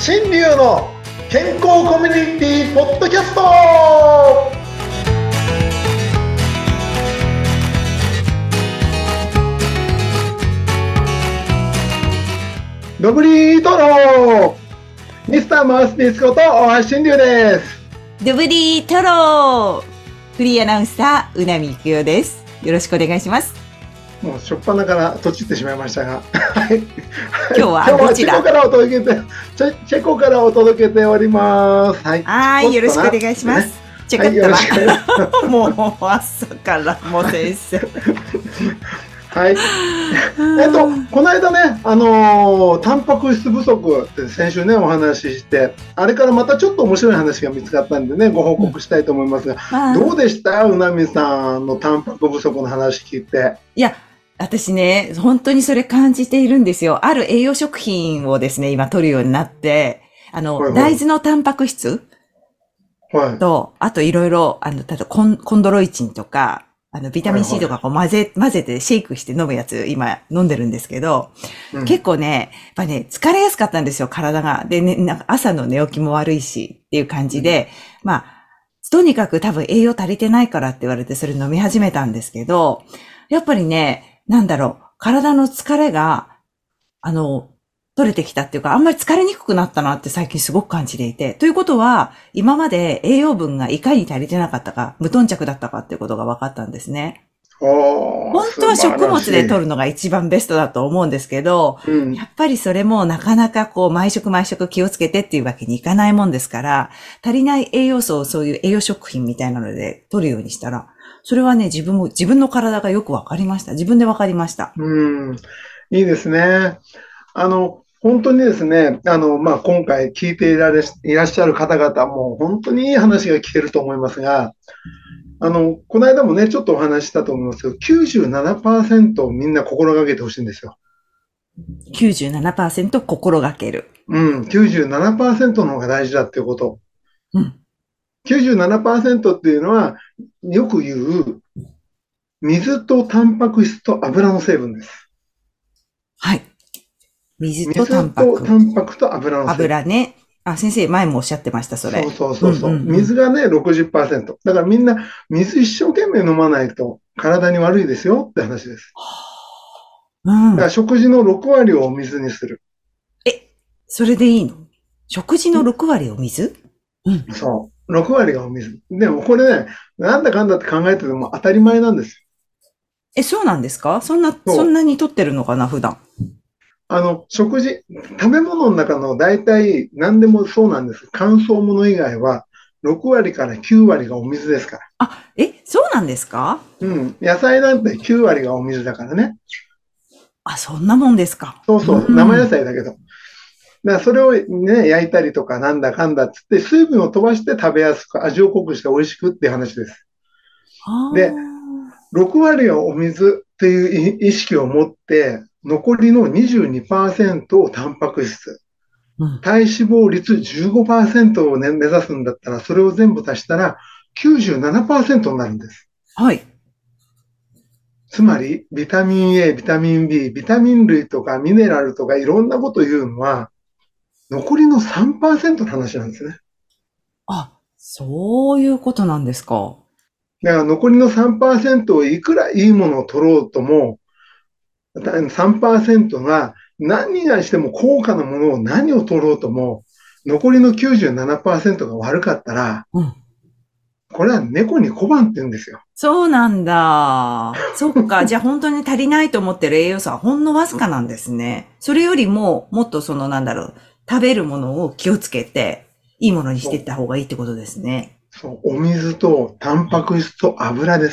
新流の健康コミュニティポッドキャスト。ドブリートローミスターマウスピースこと大橋新流です。 ドブリートローフリーアナウンサーうなみくよです。よろしくお願いします。 もう初っ端からとちってしまいましたが今日はどちら？ チェコからお届けてチェコからお届けております。 はい、よろしくお願いします。チェコットは、もう朝からもう先生はいこの間ね、タンパク質不足って先週ねお話しして、あれからまたちょっと面白い話が見つかったんでね、ご報告したいと思いますが、どうでしたうなみさんのタンパク不足の話聞いて。 いや、私ね、本当にそれ感じているんですよ。ある栄養食品をですね、今取るようになって、大豆のタンパク質と、あといろいろ、例えばコンドロイチンとか、ビタミン C とかこう混ぜてシェイクして飲むやつ、今飲んでるんですけど、結構ね、やっぱね、疲れやすかったんですよ、体が。でね、なんか朝の寝起きも悪いし、っていう感じで、まあ、とにかく多分栄養足りてないからって言われてそれ飲み始めたんですけど、やっぱりね、体の疲れが、取れてきたっていうか、あんまり疲れにくくなったなって最近すごく感じていて。ということは、今まで栄養分がいかに足りてなかったか、無頓着だったかっていうことが分かったんですね。本当は食物で取るのが一番ベストだと思うんですけど、やっぱりそれもなかなかこう、毎食気をつけてっていうわけにいかないもんですから、足りない栄養素をそういう栄養食品みたいなので取るようにしたら、それはね、自分の体がよく分かりました。自分で分かりました。 いいですね。本当にですね、今回聞いていらっしゃる方々も本当にいい話が聞けると思いますが、この間もね、ちょっとお話ししたと思いますけど、97% みんな心がけてほしいんですよ。 97% 心がける。 97% の方が大事だっていうこと。97% っていうのは、よく言う、水とタンパク質と油の成分です。 はい。水とタンパクと油の成分。 油ね。先生、前もおっしゃってました、それ。 そう。水がね、60%。だからみんな、水一生懸命飲まないと体に悪いですよって話です。だから食事の6割をお水にする。 それでいいの？食事の6割を水？ そう。6割がお水。でもこれね、なんだかんだって考えてても当たり前なんですよ。そうなんですか？そんなにとってるのかな、普段。 食べ物の中の大体何でもそうなんです。乾燥物以外は6割から9割がお水ですから。 そうなんですか？ 野菜なんて9割がお水だからね。 そんなもんですか。 そう、生野菜だけど。だからそれをね、焼いたりとかなんだかんだっつって水分を飛ばして食べやすく味を濃くして美味しくっていう話です。で、6割がお水っていう意識を持って残りの 22% をタンパク質。体脂肪率 15% を、ね、目指すんだったら、それを全部足したら 97% になるんです。 はい。 つまり、ビタミン A、ビタミン B、ビタミン類とかミネラルとかいろんなこと言うのは、残りの 3% の話なんですね。 そういうことなんですか。 だから残りの 3% をいくらいいものを取ろうとも、3% が何がしても高価なものを何を取ろうとも、残りの 97% が悪かったら、これは猫に小判って言うんですよ。 そうなんだ。そっか。じゃあ本当に足りないと思ってる栄養素はほんのわずかなんですね。それよりも、もっと食べるものを気をつけて、いいものにしていった方がいいってことですね。 そう、お水とタンパク質と油です。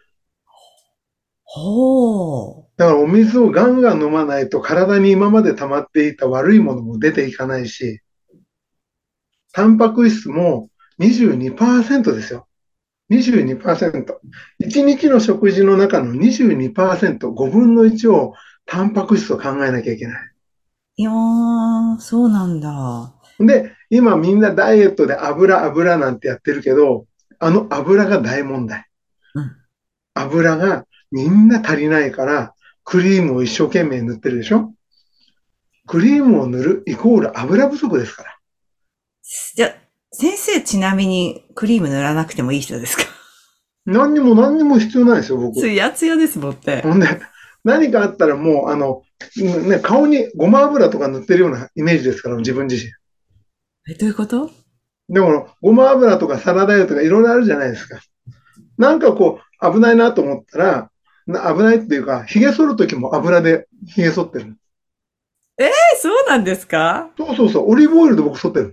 だからお水をガンガン飲まないと体に今まで溜まっていた悪いものも出ていかないし、タンパク質も 22% ですよ。22%。1日の食事の中の 22%、5分の1をタンパク質と考えなきゃいけない。 いやー、そうなんだ。 で、今みんなダイエットで油なんてやってるけど、油が大問題。油がみんな足りないから、クリームを一生懸命塗ってるでしょ。 クリームを塗るイコール油不足ですから。 じゃ、先生ちなみにクリーム塗らなくてもいい人ですか？ 何にも必要ないですよ、僕。 ツヤツヤですもんね。 ほんで、何かあったらもう、ね、顔にごま油とか塗ってるようなイメージですから、自分自身。 どういうこと？ でも、ごま油とかサラダ油とかいろいろあるじゃないですか。なんかこう、危ないなと思ったら、危ないっていうか、髭剃るときも油で髭剃ってる。 そうなんですか？ そう、オリーブオイルで僕剃ってる。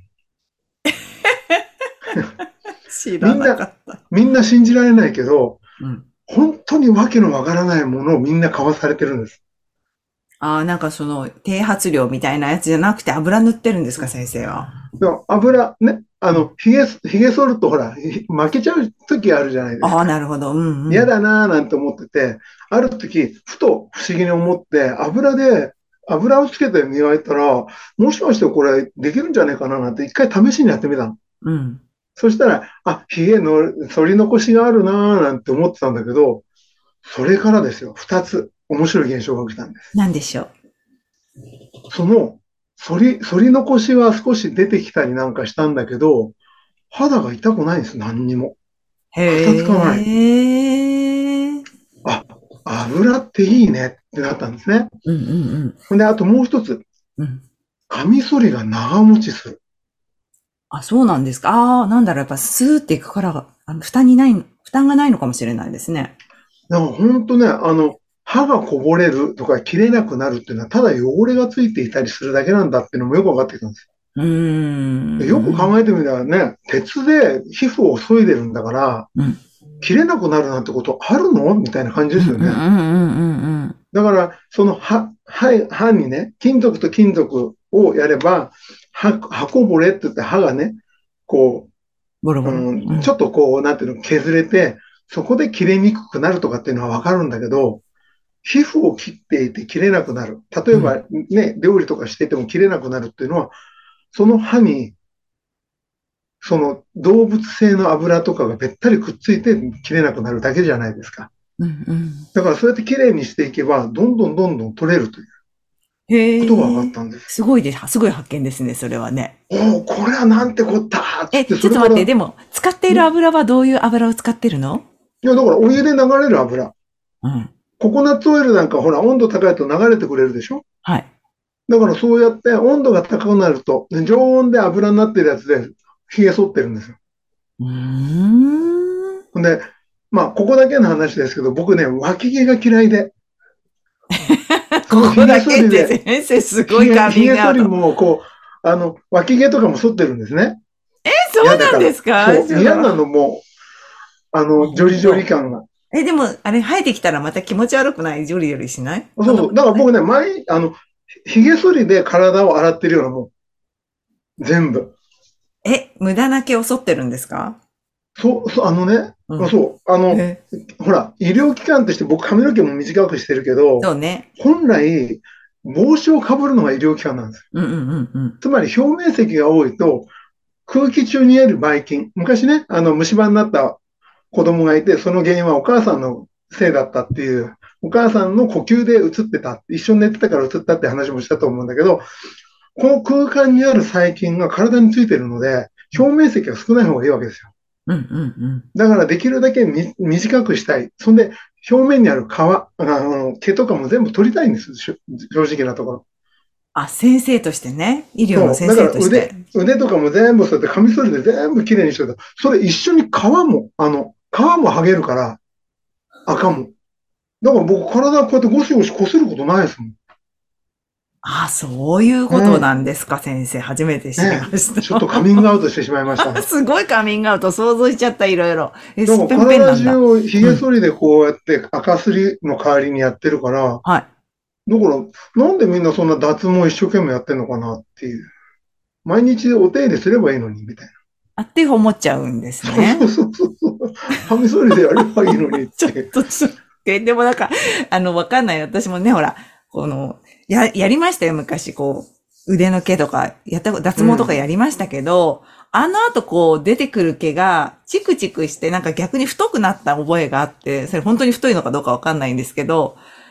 知らなかった。 みんな信じられないけど、 うん。 本当にわけのわからないものをみんな買わされてるんです。 ああ、なんかその、低発量みたいなやつじゃなくて油塗ってるんですか、先生は。 でも油、ね、髭剃るとほら、負けちゃう時あるじゃないですああ、 か。 なるほど。うんうん。 嫌だなーなんて思ってて、ある時、ふと不思議に思って、油をつけて磨いたら、もしかしてこれできるんじゃないかななんて一回試しにやってみたの。 うん。 そしたら、髭の反り残しがあるなーなんて思ってたんだけど、それからですよ、二つ面白い現象が起きたんです。 なんでしょう。 その、反り残しは少し出てきたりなんかしたんだけど、肌が痛くないんです、何にも。パサつかない。 へえ。 あ、油っていいねってなったんですね。 うんうんほんで、あともう一つ、 うん。うん。 カミソリが長持ちする。 あ、そうなんですか。ああ、なんだろう、やっぱスーっていくからが、負担がないのかもしれないですね。 だから本当ね、歯がこぼれるとか切れなくなるっていうのは、ただ汚れがついていたりするだけなんだっていうのもよく分かってきたんですうーよ。よく考ん。 えてみたらね、鉄で皮膚を削いでるんだから、 うん。 切れなくなるなんてことあるのみたいな感じうんうんうんですよね。 うんうん。 だから、その歯にね、金属と金属をやれば、歯こぼれって言って歯がね、こう、 ボロボロ。うん。 ちょっとこう、なんていうの、削れて、そこで切れにくくなるとかっていうのはわかるんだけど、皮膚を切っていて切れなくなる。例えうん。 ばね、料理とかしてても切れなくなるっていうのは、その歯に、その動物性の油とかがべったりくっついて切れなくなるだけじゃないですか。 うんうん。 だからそうやって綺麗にしていけば、どんどん取れるということが分かへえ。 ったんです。 すごい発見ですね、それはね。 おお、これはなんてこったーっつって、 ちょっと待って、 それから、 でも、使っている油はどういう油を使ってるの？ いや、だからお湯で流れる油。 うん。 ココナッツオイルなんかほら、温度高いと流れてくれるでしょ。 はい。 だからそうやって温度が高くなると、常温で油になってるやつで髭剃ってるんですよ。 うーん。 で、まあ、ここだけの話ですけど、僕ね、脇毛が嫌いで、そのここ髭だけって剃りで、 先生すごいカミン髭剃りグアウト。 もこう、脇毛とかも剃ってるんですね。 そうなんで嫌だから。 すか？ そう、嫌なのも、ジョリジョリ本当。 感が。 でも、あれ生えてきたらまた気持ち悪くない？ジョリジョリしない？そんなそうそう。 ことない？ だから僕ね、髭剃りで体を洗ってるようなもん。全部。 無駄な毛を剃ってるんですか？ そう、 うん。 そう、 え、 ほら、医療機関として僕髪の毛も短くしてるけど、 そうね。 本来、帽子をかぶるのが医療機関なんです。 うんうんうんうん。 つまり表面積が多いと、空気中に得るばい菌。昔ね、虫歯になった子供がいて、その原因はお母さんのせいだったっていう、お母さんの呼吸で移ってた、一緒に寝てたから移ったって話もしたと思うんだけど、この空間にある細菌が体についてるので、表面積が少ない方がいいわけですよ。 うんうんうん。 だからできるだけ短くしたい。そんで、表面にある毛とかも全部取りたいんです。正直なところ。 あ、先生としてね。医療のそう。 先だか生として。 ら腕とかも全部そうやってカミソリで全部きれいにしてた。それ一緒に皮も剥げるから、赤も。だから僕体こうやってゴシゴシ擦ることないですもん。 あ、そういううことなん。 んですか、先生。初めて知りまねしちょっとカミンた。 グアウトしてしまいましたね。 すごいカミングアウト想像しちゃった、いろいろ。 だからすっぺんぺんな体中んだ。 を髭うん。 剃りでこうやって赤すりの代わりにやってるから、 はい。 だからなんでみんなそんな脱毛一生懸命やってんのかなっていう。毎日お手入れすればいいのに、みたいな。 あって思っちゃうんですそうそうね。 そうそう。カミソリでやればいいのにっちょって。 とでもなんか、わかんない。私もね、ほら、やりましたよ、昔、腕の毛とか、脱毛とかうん。 やりましたけど、あの後出てくる毛が、チクチクして、なんか逆に太くなった覚えがあって、それ本当に太いのかどうかわかんないんですけど、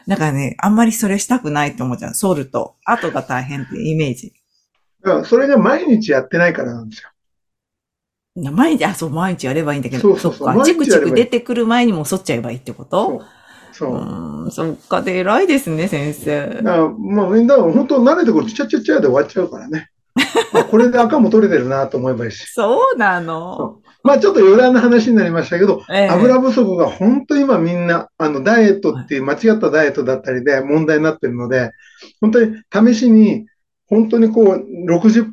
だからね、あんまりそれしたくないと思っちゃう。ソルト。後が大変っていうイメージ。 だからそれが毎日やってないからなんですよ。 毎日、そう、毎日やればいいんだけど、 そうそうそう。 そっか。チクチク出てくる前にも剃っちゃえばいいってことそう。 そっか。で、偉いですね、先生。 だから、みんな本当慣れてくると、ちゃちゃちゃで終わっちゃうからね。これで赤も取れてるなと思えばいいし。 そうなの。 ちょっと余談な話になりましたけど、油不足が本当に今みんな、ダイエットっていう間違ったダイエットだったりで問題になってるので、本当に試しに、本当にこう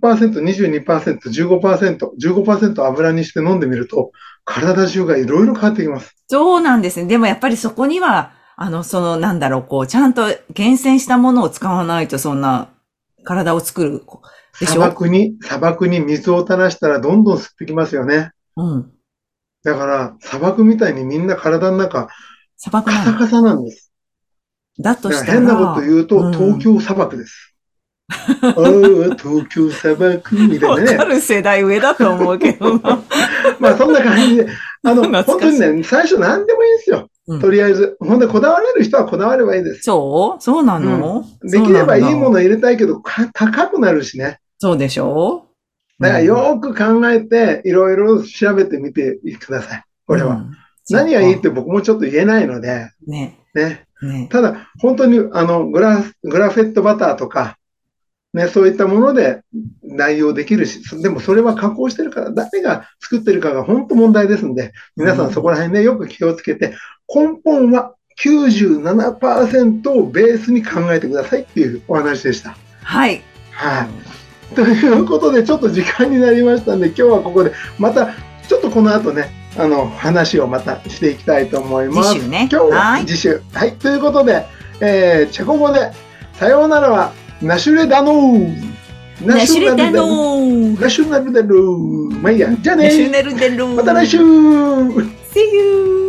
60%、22%、15%、15% 油にして飲んでみると、体中がいろいろ変わってきます。 そうなんですね。でもやっぱりそこには、ちゃんと厳選したものを使わないと、そんな体を作るでしょ。 砂漠に水を垂らしたらどんどん吸ってきますよね。だから、砂漠みたいにみんな体の中、カサカサなんです。 だとしたら。 変なこと言うと、東京砂漠です。東京砂漠みたいなね。 わかる世代上だと思うけど。 そんな感じで、本当にね、最初何でもいいんですよ。とりあえず。ほんで、こだわれる人はこだわればいいです。 そうなの、 できればいいもの入れたいけど、高くなるしね。 そうでしょだからよく考えて、いろいろ調べてみてください。これは。何がいいって僕もちょっと言えないので。ね。ただ、本当に、グラフェットバターとか、ね、そういったもので代用できるし、でもそれは加工してるから、誰が作ってるかが本当問題ですんで、皆さんそこら辺でよく気をつけて、根本は 97% をベースに考えてくださいっていうお話でした。 はい。 はい。ということで、ちょっと時間になりましたんで、今日はここで、また、ちょっとこの後ね、話をまたしていきたいと思います。 次週ね。 今日は次週。はい。ということで、チェコ語で、さようならは、ナシュレダノー。 ナシュレダノー。 ナシュナルダノー。まあいいや。じゃあね。 ナシュナルダノー。 また来週。 See you.